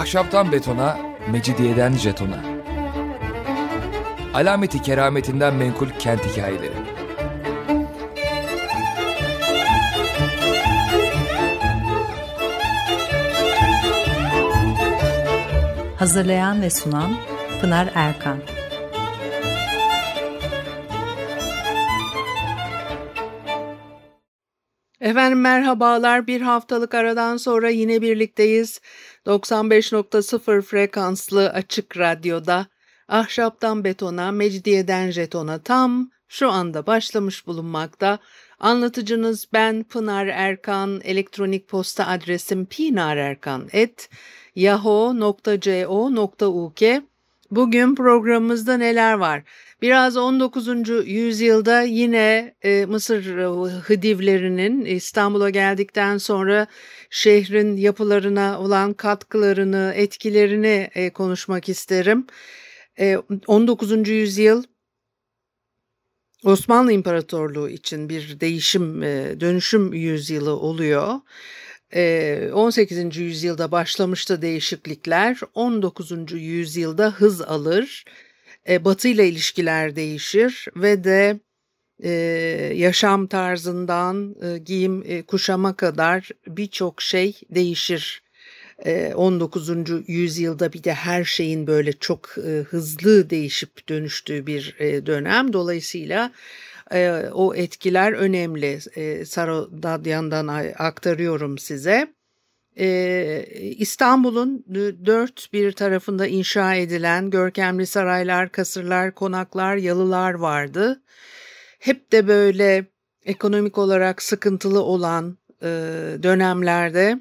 Ahşaptan betona, mecidiyeden jetona. Alameti kerametinden menkul kent hikayeleri. Hazırlayan ve sunan Pınar Erkan. Efendim merhabalar. Bir haftalık aradan sonra yine birlikteyiz. 95.0 frekanslı açık radyoda ahşaptan betona, mecidiyeden jetona tam şu anda başlamış bulunmakta. Anlatıcınız ben Pınar Erkan. Elektronik posta adresim pinarerkan@yahoo.co.uk. Bugün programımızda neler var? Biraz 19. yüzyılda yine Mısır Hıdivlerinin İstanbul'a geldikten sonra şehrin yapılarına olan katkılarını, etkilerini konuşmak isterim. 19. yüzyıl Osmanlı İmparatorluğu için bir değişim, dönüşüm yüzyılı oluyor. 18. yüzyılda başlamıştı değişiklikler. 19. yüzyılda hız alır. Batı ile ilişkiler değişir ve de yaşam tarzından giyim kuşama kadar birçok şey değişir. 19. yüzyılda bir de her şeyin böyle çok hızlı değişip dönüştüğü bir dönem. Dolayısıyla o etkiler önemli. Sarodadyan'dan aktarıyorum size. İstanbul'un dört bir tarafında inşa edilen görkemli saraylar, kasırlar, konaklar, yalılar vardı. Hep de böyle ekonomik olarak sıkıntılı olan dönemlerde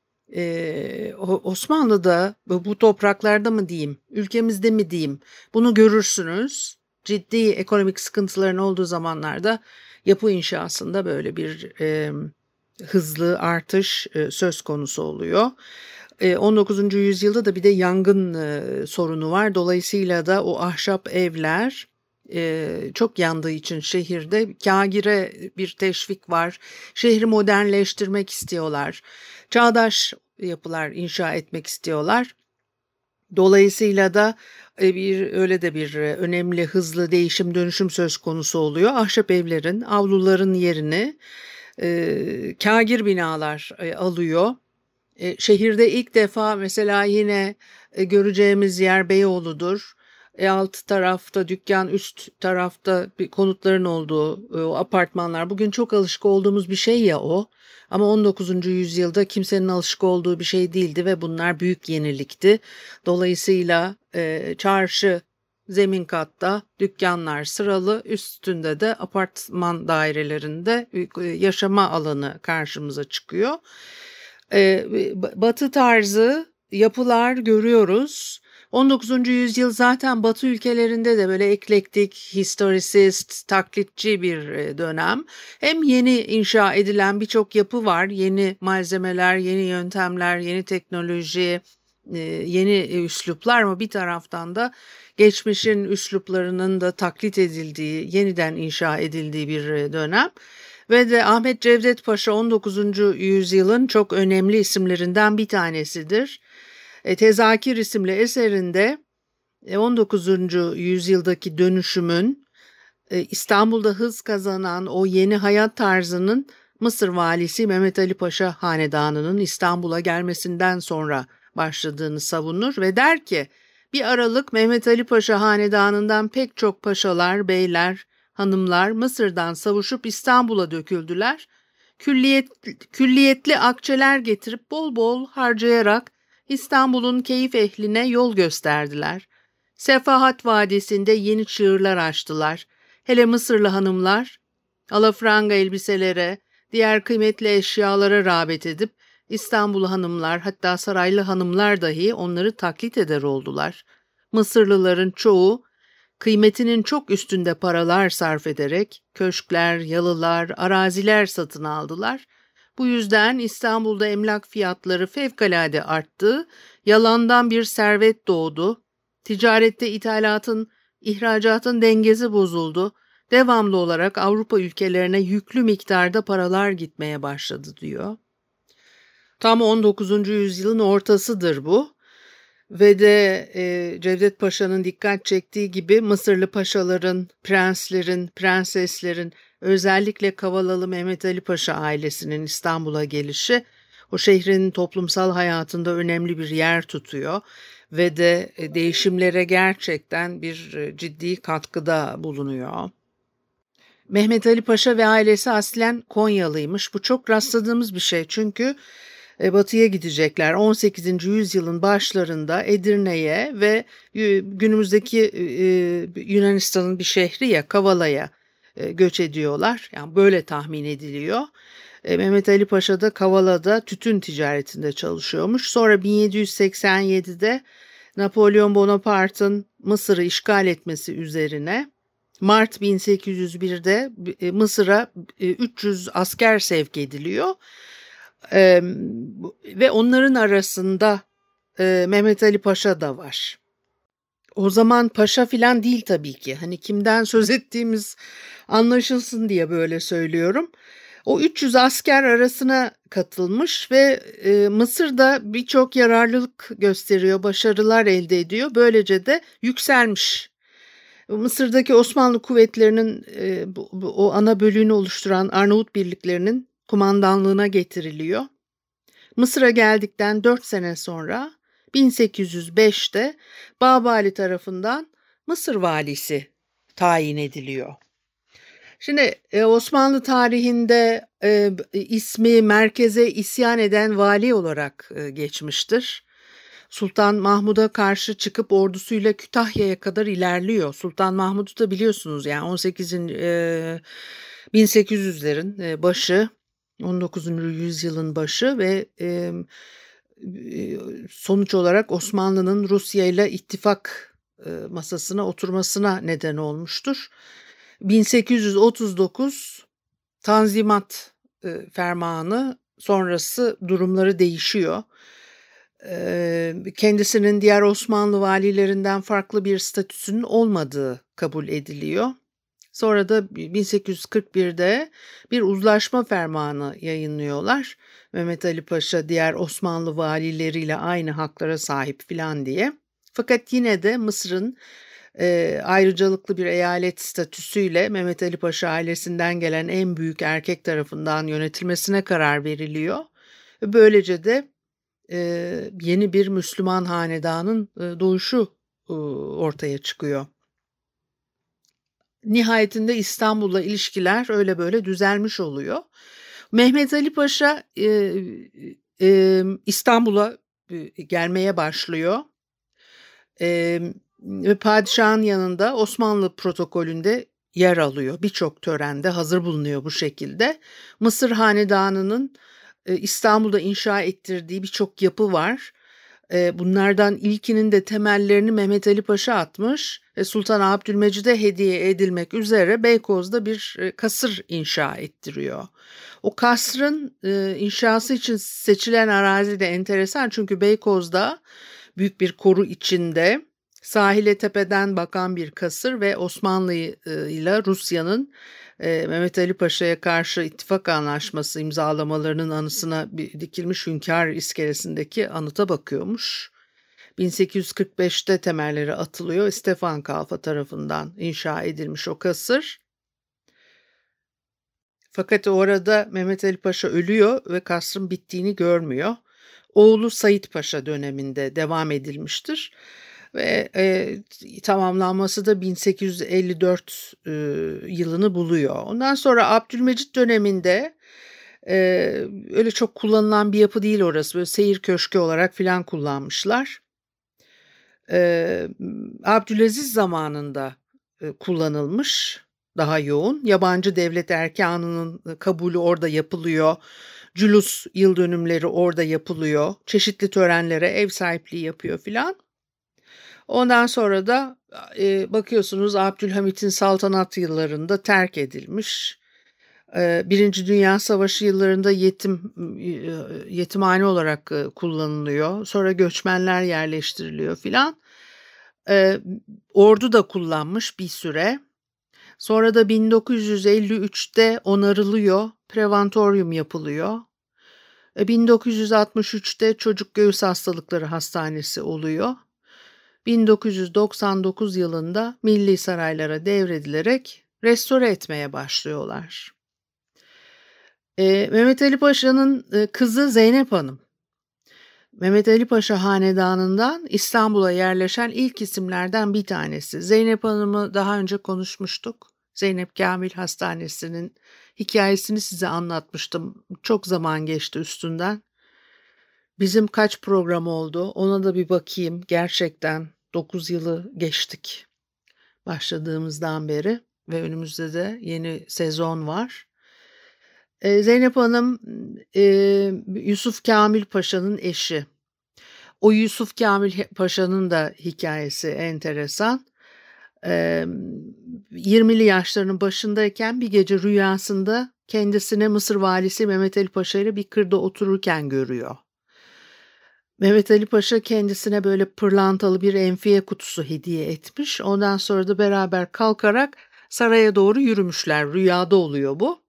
Osmanlı'da, bu topraklarda mı diyeyim, ülkemizde mi diyeyim, bunu görürsünüz. Ciddi ekonomik sıkıntıların olduğu zamanlarda yapı inşasında böyle bir hızlı artış söz konusu oluyor. 19. yüzyılda da bir de yangın sorunu var. Dolayısıyla da o ahşap evler çok yandığı için şehirde kâgire bir teşvik var. Şehri modernleştirmek istiyorlar. Çağdaş yapılar inşa etmek istiyorlar. Dolayısıyla da öyle de bir önemli hızlı değişim dönüşüm söz konusu oluyor. Ahşap evlerin, avluların yerini kâgir binalar alıyor. Şehirde ilk defa mesela yine göreceğimiz yer Beyoğlu'dur. Alt tarafta dükkan, üst tarafta bir konutların olduğu o apartmanlar. Bugün çok alışık olduğumuz bir şey ya o. Ama 19. yüzyılda kimsenin alışık olduğu bir şey değildi ve bunlar büyük yenilikti. Dolayısıyla çarşı zemin katta, dükkanlar sıralı, üstünde de apartman dairelerinde yaşama alanı karşımıza çıkıyor. Batı tarzı yapılar görüyoruz. 19. yüzyıl zaten Batı ülkelerinde de böyle eklektik, historisist, taklitçi bir dönem. Hem yeni inşa edilen birçok yapı var, yeni malzemeler, yeni yöntemler, yeni teknoloji, yeni üsluplar ama bir taraftan da geçmişin üsluplarının da taklit edildiği, yeniden inşa edildiği bir dönem. Ve de Ahmet Cevdet Paşa 19. yüzyılın çok önemli isimlerinden bir tanesidir. Tezakir isimli eserinde 19. yüzyıldaki dönüşümün İstanbul'da hız kazanan o yeni hayat tarzının Mısır valisi Mehmet Ali Paşa hanedanının İstanbul'a gelmesinden sonra başladığını savunur ve der ki bir aralık Mehmet Ali Paşa hanedanından pek çok paşalar, beyler, hanımlar Mısır'dan savuşup İstanbul'a döküldüler. Külliyetli akçeler getirip bol bol harcayarak İstanbul'un keyif ehline yol gösterdiler. Sefahat Vadisi'nde yeni çığırlar açtılar. Hele Mısırlı hanımlar alafranga elbiselere, diğer kıymetli eşyalara rağbet edip İstanbul hanımlar, hatta saraylı hanımlar dahi onları taklit eder oldular. Mısırlıların çoğu kıymetinin çok üstünde paralar sarf ederek köşkler, yalılar, araziler satın aldılar. Bu yüzden İstanbul'da emlak fiyatları fevkalade arttı, yalandan bir servet doğdu, ticarette ithalatın, ihracatın dengesi bozuldu, devamlı olarak Avrupa ülkelerine yüklü miktarda paralar gitmeye başladı diyor. Tam 19. yüzyılın ortasıdır bu. Ve de Cevdet Paşa'nın dikkat çektiği gibi Mısırlı paşaların, prenslerin, prenseslerin, özellikle Kavalalı Mehmet Ali Paşa ailesinin İstanbul'a gelişi o şehrin toplumsal hayatında önemli bir yer tutuyor ve de değişimlere gerçekten bir ciddi katkıda bulunuyor. Mehmet Ali Paşa ve ailesi aslen Konyalıymış. Bu çok rastladığımız bir şey çünkü batıya gidecekler. 18. yüzyılın başlarında Edirne'ye ve günümüzdeki Yunanistan'ın bir şehri ya Kavala'ya göç ediyorlar. Yani böyle tahmin ediliyor. Mehmet Ali Paşa da Kavala'da tütün ticaretinde çalışıyormuş. Sonra 1787'de Napolyon Bonaparte'ın Mısır'ı işgal etmesi üzerine Mart 1801'de Mısır'a 300 asker sevk ediliyor. Ve onların arasında Mehmet Ali Paşa da var. O zaman paşa filan değil tabii ki. Hani kimden söz ettiğimiz anlaşılsın diye böyle söylüyorum. O 300 asker arasına katılmış ve Mısır'da birçok yararlılık gösteriyor, başarılar elde ediyor. Böylece de yükselmiş. Mısır'daki Osmanlı kuvvetlerinin o ana bölüğünü oluşturan Arnavut birliklerinin kumandanlığına getiriliyor. Mısır'a geldikten 4 sene sonra 1805'te Babali tarafından Mısır valisi tayin ediliyor. Şimdi Osmanlı tarihinde ismi merkeze isyan eden vali olarak geçmiştir. Sultan Mahmud'a karşı çıkıp ordusuyla Kütahya'ya kadar ilerliyor. Sultan Mahmud'u da biliyorsunuz yani 1800'lerin başı, 19. yüzyılın başı ve sonuç olarak Osmanlı'nın Rusya ile ittifak masasına oturmasına neden olmuştur. 1839 Tanzimat fermanı sonrası durumları değişiyor. Kendisinin diğer Osmanlı valilerinden farklı bir statüsünün olmadığı kabul ediliyor. Sonra da 1841'de bir uzlaşma fermanı yayınlıyorlar. Mehmet Ali Paşa diğer Osmanlı valileriyle aynı haklara sahip filan diye. Fakat yine de Mısır'ın ayrıcalıklı bir eyalet statüsüyle Mehmet Ali Paşa ailesinden gelen en büyük erkek tarafından yönetilmesine karar veriliyor. Böylece de yeni bir Müslüman hanedanın doğuşu ortaya çıkıyor. Nihayetinde İstanbul'la ilişkiler öyle böyle düzelmiş oluyor. Mehmet Ali Paşa İstanbul'a gelmeye başlıyor. Ve padişahın yanında Osmanlı protokolünde yer alıyor. Birçok törende hazır bulunuyor bu şekilde. Mısır hanedanının İstanbul'da inşa ettirdiği birçok yapı var. Bunlardan ilkinin de temellerini Mehmet Ali Paşa atmış. Sultan Abdülmecid'e hediye edilmek üzere Beykoz'da bir kasır inşa ettiriyor. O kasrın inşası için seçilen arazi de enteresan çünkü Beykoz'da büyük bir koru içinde sahile tepeden bakan bir kasır ve Osmanlı ile Rusya'nın Mehmet Ali Paşa'ya karşı ittifak anlaşması imzalamalarının anısına dikilmiş Hünkâr iskelesindeki anıta bakıyormuş. 1845'te temelleri atılıyor. Stefan Kalfa tarafından inşa edilmiş o kasır. Fakat orada Mehmet Ali Paşa ölüyor ve kasrın bittiğini görmüyor. Oğlu Sait Paşa döneminde devam edilmiştir. Ve tamamlanması da 1854 yılını buluyor. Ondan sonra Abdülmecit döneminde öyle çok kullanılan bir yapı değil orası. Böyle seyir köşkü olarak filan kullanmışlar. Abdülaziz zamanında kullanılmış daha yoğun. Yabancı devlet erkanının kabulü orada yapılıyor. Cülus yıl dönümleri orada yapılıyor. Çeşitli törenlere ev sahipliği yapıyor filan. Ondan sonra da bakıyorsunuz Abdülhamit'in saltanat yıllarında terk edilmiş. Birinci Dünya Savaşı yıllarında yetimhane olarak kullanılıyor. Sonra göçmenler yerleştiriliyor filan. Ordu da kullanmış bir süre. Sonra da 1953'te onarılıyor. Preventorium yapılıyor. 1963'te Çocuk Göğüs Hastalıkları Hastanesi oluyor. 1999 yılında milli saraylara devredilerek restore etmeye başlıyorlar. Mehmet Ali Paşa'nın kızı Zeynep Hanım, Mehmet Ali Paşa hanedanından İstanbul'a yerleşen ilk isimlerden bir tanesi. Zeynep Hanım'ı daha önce konuşmuştuk. Zeynep Kamil Hastanesi'nin hikayesini size anlatmıştım. Çok zaman geçti üstünden. Bizim kaç program oldu? Ona da bir bakayım. Gerçekten 9 yılı geçtik başladığımızdan beri ve önümüzde de yeni sezon var. Zeynep Hanım Yusuf Kamil Paşa'nın eşi. O Yusuf Kamil Paşa'nın da hikayesi enteresan. 20'li yaşlarının başındayken bir gece rüyasında kendisine Mısır valisi Mehmet Ali Paşa ile bir kırda otururken görüyor. Mehmet Ali Paşa kendisine böyle pırlantalı bir enfiye kutusu hediye etmiş. Ondan sonra da beraber kalkarak saraya doğru yürümüşler. Rüyada oluyor bu.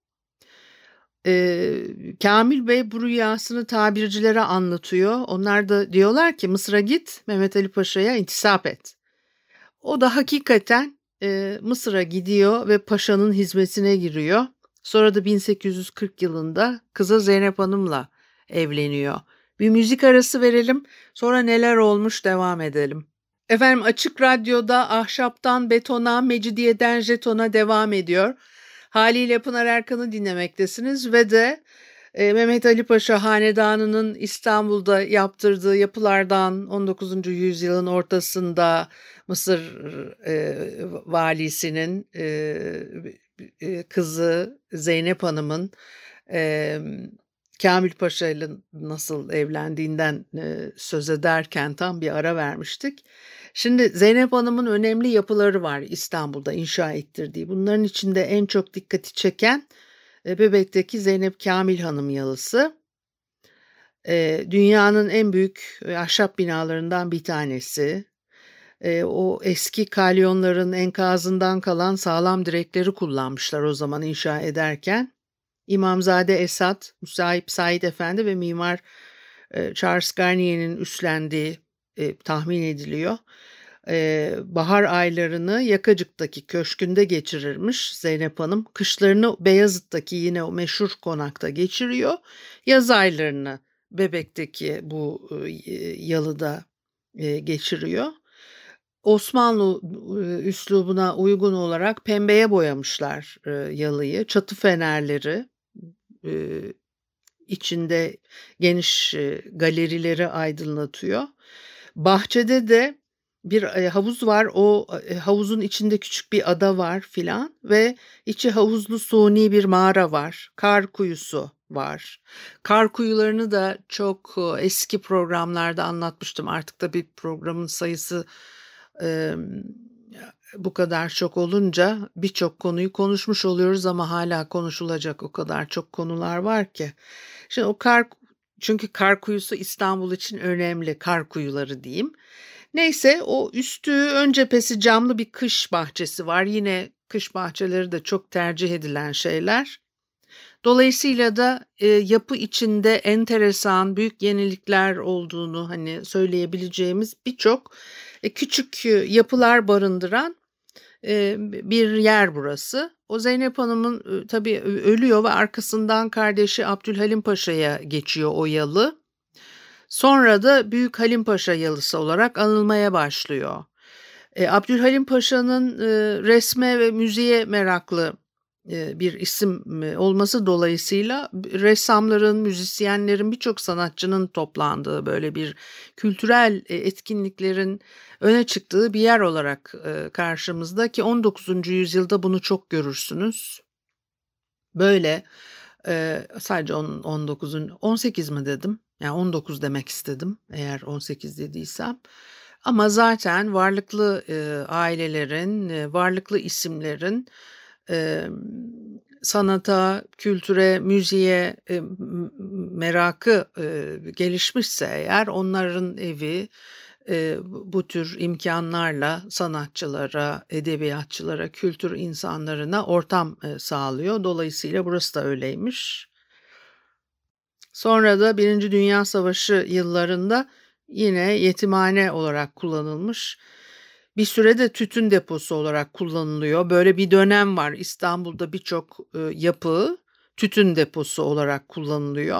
Kamil Bey bu rüyasını tabircilere anlatıyor. Onlar da diyorlar ki Mısır'a git, Mehmet Ali Paşa'ya intisap et. O da hakikaten Mısır'a gidiyor ve paşanın hizmetine giriyor. Sonra da 1840 yılında kızı Zeynep Hanım'la evleniyor. Bir müzik arası verelim, sonra neler olmuş devam edelim. Efendim, Açık Radyo'da Ahşaptan Betona, Mecidiyeden Jeton'a devam ediyor. Haliyle Pınar Erkan'ı dinlemektesiniz ve de Mehmet Ali Paşa Hanedanı'nın İstanbul'da yaptırdığı yapılardan 19. yüzyılın ortasında Mısır valisinin kızı Zeynep Hanım'ın Kamil Paşa ile nasıl evlendiğinden söz ederken tam bir ara vermiştik. Şimdi Zeynep Hanım'ın önemli yapıları var İstanbul'da inşa ettirdiği. Bunların içinde en çok dikkati çeken Bebek'teki Zeynep Kamil Hanım yalısı. Dünyanın en büyük ahşap binalarından bir tanesi. O eski kalyonların enkazından kalan sağlam direkleri kullanmışlar o zaman inşa ederken. İmamzade Esat, Müsahip Said Efendi ve mimar Charles Garnier'in üstlendiği tahmin ediliyor. Bahar aylarını Yakacık'taki köşkünde geçirirmiş Zeynep Hanım. Kışlarını Beyazıt'taki yine o meşhur konakta geçiriyor. Yaz aylarını Bebek'teki bu yalıda geçiriyor. Osmanlı üslubuna uygun olarak pembeye boyamışlar yalıyı. Çatı fenerleri, içinde geniş galerileri aydınlatıyor. Bahçede de bir havuz var. O havuzun içinde küçük bir ada var filan ve içi havuzlu suni bir mağara var. Kar kuyusu var. Kar kuyularını da çok eski programlarda anlatmıştım. Artık da bir programın sayısı bu kadar çok olunca birçok konuyu konuşmuş oluyoruz ama hala konuşulacak o kadar çok konular var ki. Şimdi çünkü kar kuyusu İstanbul için önemli, kar kuyuları diyeyim. Neyse, o üstü ön cephesi camlı bir kış bahçesi var. Yine kış bahçeleri de çok tercih edilen şeyler. Dolayısıyla da yapı içinde enteresan büyük yenilikler olduğunu söyleyebileceğimiz birçok küçük yapılar barındıran bir yer burası. O Zeynep Hanım'ın tabii ölüyor ve arkasından kardeşi Abdülhalim Paşa'ya geçiyor o yalı. Sonra da Büyük Halim Paşa yalısı olarak anılmaya başlıyor. Abdülhalim Paşa'nın resme ve müziğe meraklı bir isim olması dolayısıyla ressamların, müzisyenlerin, birçok sanatçının toplandığı böyle bir kültürel etkinliklerin öne çıktığı bir yer olarak karşımızda ki 19. yüzyılda bunu çok görürsünüz. Böyle sadece 18 mi dedim? Yani 19 demek istedim eğer 18 dediysem. Ama zaten varlıklı ailelerin, varlıklı isimlerin sanata, kültüre, müziğe merakı gelişmişse eğer onların evi bu tür imkanlarla sanatçılara, edebiyatçılara, kültür insanlarına ortam sağlıyor. Dolayısıyla burası da öyleymiş. Sonra da Birinci Dünya Savaşı yıllarında yine yetimhane olarak kullanılmış. Bir sürede tütün deposu olarak kullanılıyor. Böyle bir dönem var. İstanbul'da birçok yapı tütün deposu olarak kullanılıyor.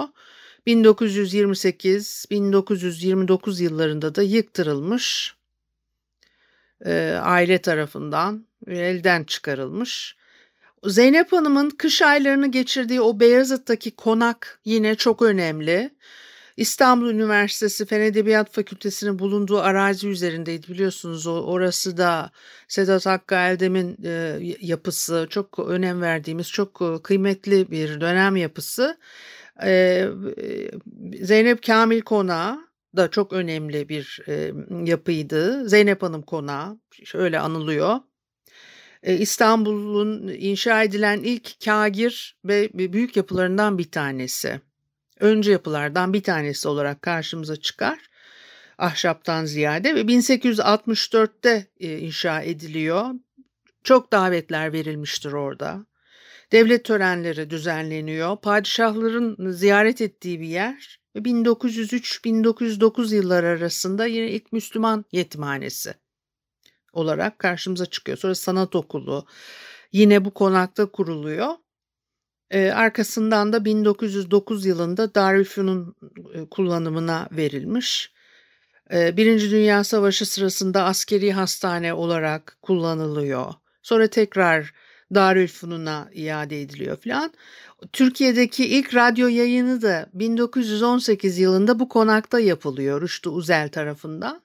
1928-1929 yıllarında da yıktırılmış. Aile tarafından elden çıkarılmış. Zeynep Hanım'ın kış aylarını geçirdiği o Beyazıt'taki konak yine çok önemli. İstanbul Üniversitesi Fen Edebiyat Fakültesi'nin bulunduğu arazi üzerindeydi, biliyorsunuz. Orası da Sedat Hakkı Eldem'in yapısı, çok önem verdiğimiz, çok kıymetli bir dönem yapısı. Zeynep Kamil Konağı da çok önemli bir yapıydı. Zeynep Hanım Konağı şöyle anılıyor. İstanbul'un inşa edilen ilk kagir ve büyük yapılarından bir tanesi. Öncü yapılardan bir tanesi olarak karşımıza çıkar. Ahşaptan ziyade ve 1864'te inşa ediliyor. Çok davetler verilmiştir orada. Devlet törenleri düzenleniyor. Padişahların ziyaret ettiği bir yer. 1903-1909 yılları arasında yine ilk Müslüman yetimhanesi olarak karşımıza çıkıyor. Sonra sanat okulu yine bu konakta kuruluyor. Arkasından da 1909 yılında Darülfünun kullanımına verilmiş. Birinci Dünya Savaşı sırasında askeri hastane olarak kullanılıyor. Sonra tekrar Darülfünun'a iade ediliyor filan. Türkiye'deki ilk radyo yayını da 1918 yılında bu konakta yapılıyor Rüştü Uzel tarafından.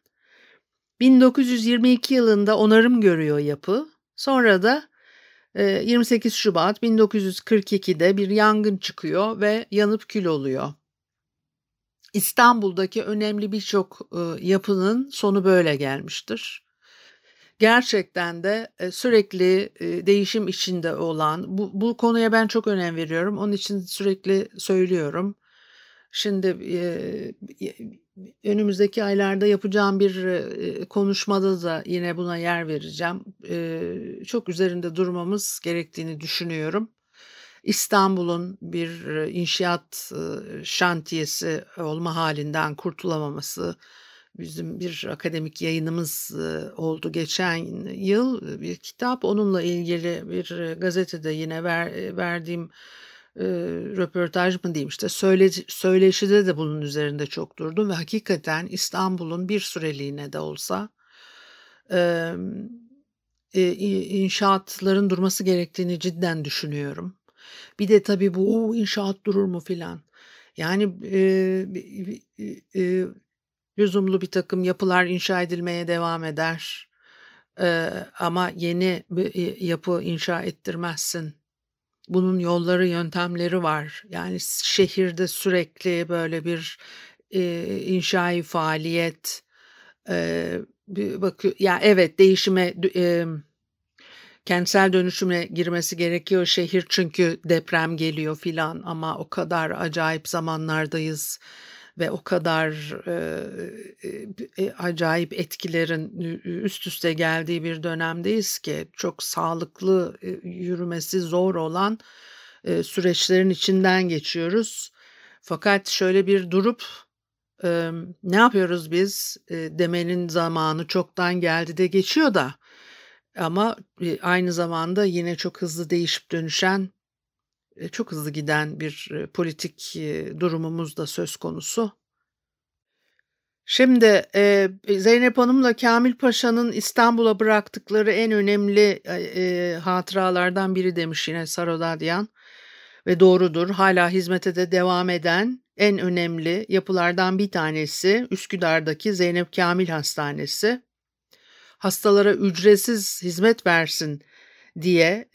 1922 yılında onarım görüyor yapı. Sonra da 28 Şubat 1942'de bir yangın çıkıyor ve yanıp kül oluyor. İstanbul'daki önemli birçok yapının sonu böyle gelmiştir. Gerçekten de sürekli değişim içinde olan, bu konuya ben çok önem veriyorum. Onun için sürekli söylüyorum. Şimdi önümüzdeki aylarda yapacağım bir konuşmada da yine buna yer vereceğim. Çok üzerinde durmamız gerektiğini düşünüyorum. İstanbul'un bir inşaat şantiyesi olma halinden kurtulamaması, bizim bir akademik yayınımız oldu geçen yıl, bir kitap, onunla ilgili bir gazetede yine verdiğim röportaj mı diyeyim, işte söyleşide de bunun üzerinde çok durdum ve hakikaten İstanbul'un bir süreliğine de olsa inşaatların durması gerektiğini cidden düşünüyorum. Bir de tabii bu inşaat durur mu filan. Yani lüzumlu bir takım yapılar inşa edilmeye devam eder. Ama yeni bir yapı inşa ettirmezsin. Bunun yolları, yöntemleri var. Yani şehirde sürekli böyle bir inşai faaliyet bakıyor. Ya evet, değişime, kentsel dönüşüme girmesi gerekiyor şehir, çünkü deprem geliyor filan, ama o kadar acayip zamanlardayız ve o kadar acayip etkilerin üst üste geldiği bir dönemdeyiz ki çok sağlıklı yürümesi zor olan süreçlerin içinden geçiyoruz. Fakat şöyle bir durup ne yapıyoruz biz demenin zamanı çoktan geldi de geçiyor da, ama aynı zamanda yine çok hızlı değişip dönüşen, çok hızlı giden bir politik durumumuz da söz konusu. Şimdi Zeynep Hanım'la Kamil Paşa'nın İstanbul'a bıraktıkları en önemli hatıralardan biri demiş yine Sarodadyan, ve doğrudur. Hala hizmete de devam eden en önemli yapılardan bir tanesi Üsküdar'daki Zeynep Kamil Hastanesi. Hastalara ücretsiz hizmet versin diye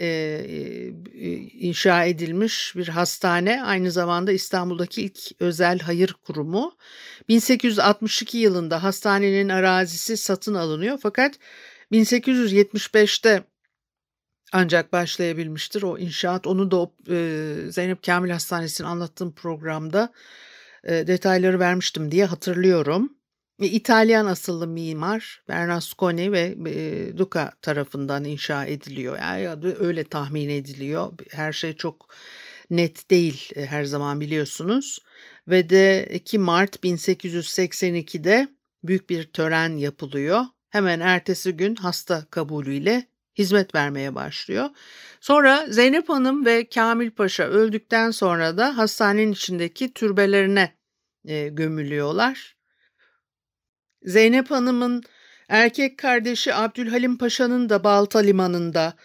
inşa edilmiş bir hastane, aynı zamanda İstanbul'daki ilk özel hayır kurumu. 1862 yılında hastanenin arazisi satın alınıyor, fakat 1875'te ancak başlayabilmiştir o inşaat. Onu da Zeynep Kamil Hastanesi'ni anlattığım programda detayları vermiştim diye hatırlıyorum. İtalyan asıllı mimar Bernasconi ve Duca tarafından inşa ediliyor. Yani öyle tahmin ediliyor. Her şey çok net değil her zaman, biliyorsunuz. Ve de 2 Mart 1882'de büyük bir tören yapılıyor. Hemen ertesi gün hasta kabulüyle hizmet vermeye başlıyor. Sonra Zeynep Hanım ve Kamil Paşa öldükten sonra da hastanenin içindeki türbelerine gömülüyorlar. Zeynep Hanım'ın erkek kardeşi Abdülhalim Paşa'nın da Balta Limanı'nda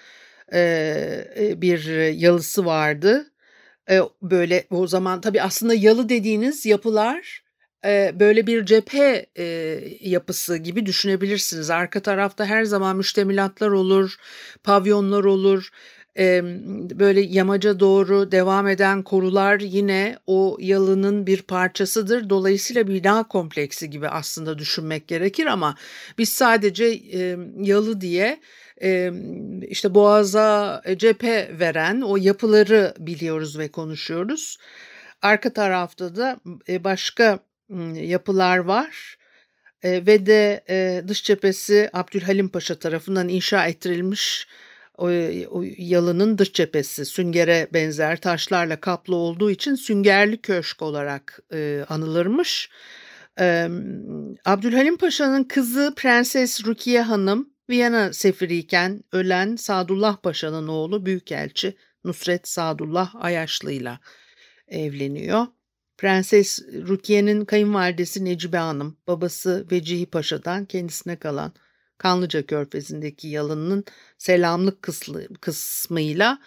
bir yalısı vardı. Böyle o zaman tabii aslında yalı dediğiniz yapılar böyle bir cephe yapısı gibi düşünebilirsiniz. Arka tarafta her zaman müştemilatlar olur, pavyonlar olur. Böyle yamaca doğru devam eden korular yine o yalının bir parçasıdır. Dolayısıyla bina kompleksi gibi aslında düşünmek gerekir ama biz sadece yalı diye işte boğaza cephe veren o yapıları biliyoruz ve konuşuyoruz. Arka tarafta da başka yapılar var. Ve de dış cephesi Abdülhalim Paşa tarafından inşa ettirilmiş o yalının dış cephesi süngere benzer taşlarla kaplı olduğu için Süngerli Köşk olarak anılırmış. Abdülhalim Paşa'nın kızı Prenses Rukiye Hanım Viyana sefiriyken ölen Sadullah Paşa'nın oğlu Büyükelçi Nusret Sadullah Ayaşlı'yla evleniyor. Prenses Rukiye'nin kayınvalidesi Necibe Hanım, babası Vecihi Paşa'dan kendisine kalan Kanlıca Körfezi'ndeki yalının selamlık kısmıyla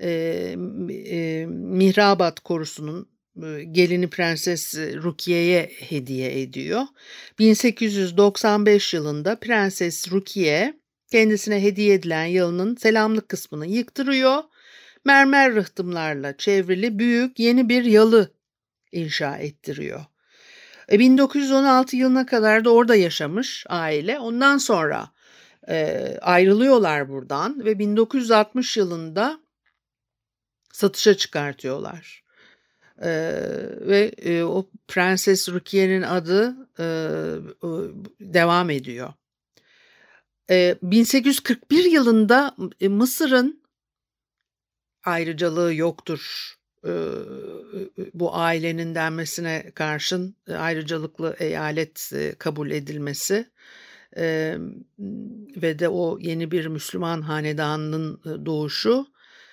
Mihrabat Korusu'nun gelini Prenses Rukiye'ye hediye ediyor. 1895 yılında Prenses Rukiye kendisine hediye edilen yalının selamlık kısmını yıktırıyor. Mermer rıhtımlarla çevrili büyük yeni bir yalı inşa ettiriyor. 1916 yılına kadar da orada yaşamış aile. Ondan sonra ayrılıyorlar buradan ve 1960 yılında satışa çıkartıyorlar. Ve o Prenses Rukiye'nin adı devam ediyor. 1841 yılında Mısır'ın ayrıcalığı yoktur bu ailenin denmesine karşın ayrıcalıklı eyalet kabul edilmesi ve de o yeni bir Müslüman hanedanının doğuşu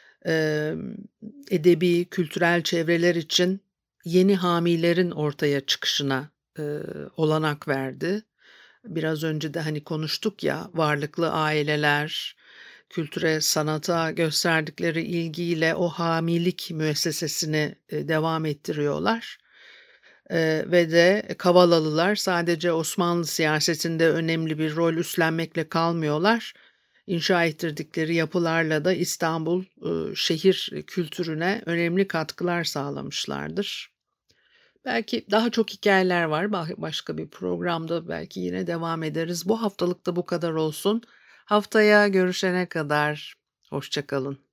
edebi, kültürel çevreler için yeni hamilerin ortaya çıkışına olanak verdi. Biraz önce de hani konuştuk ya, varlıklı aileler kültüre, sanata gösterdikleri ilgiyle o hamilik müessesesini devam ettiriyorlar. Ve de Kavalalılar sadece Osmanlı siyasetinde önemli bir rol üstlenmekle kalmıyorlar. İnşa ettirdikleri yapılarla da İstanbul şehir kültürüne önemli katkılar sağlamışlardır. Belki daha çok hikayeler var. Başka bir programda belki yine devam ederiz. Bu haftalık da bu kadar olsun. Haftaya görüşene kadar hoşça kalın.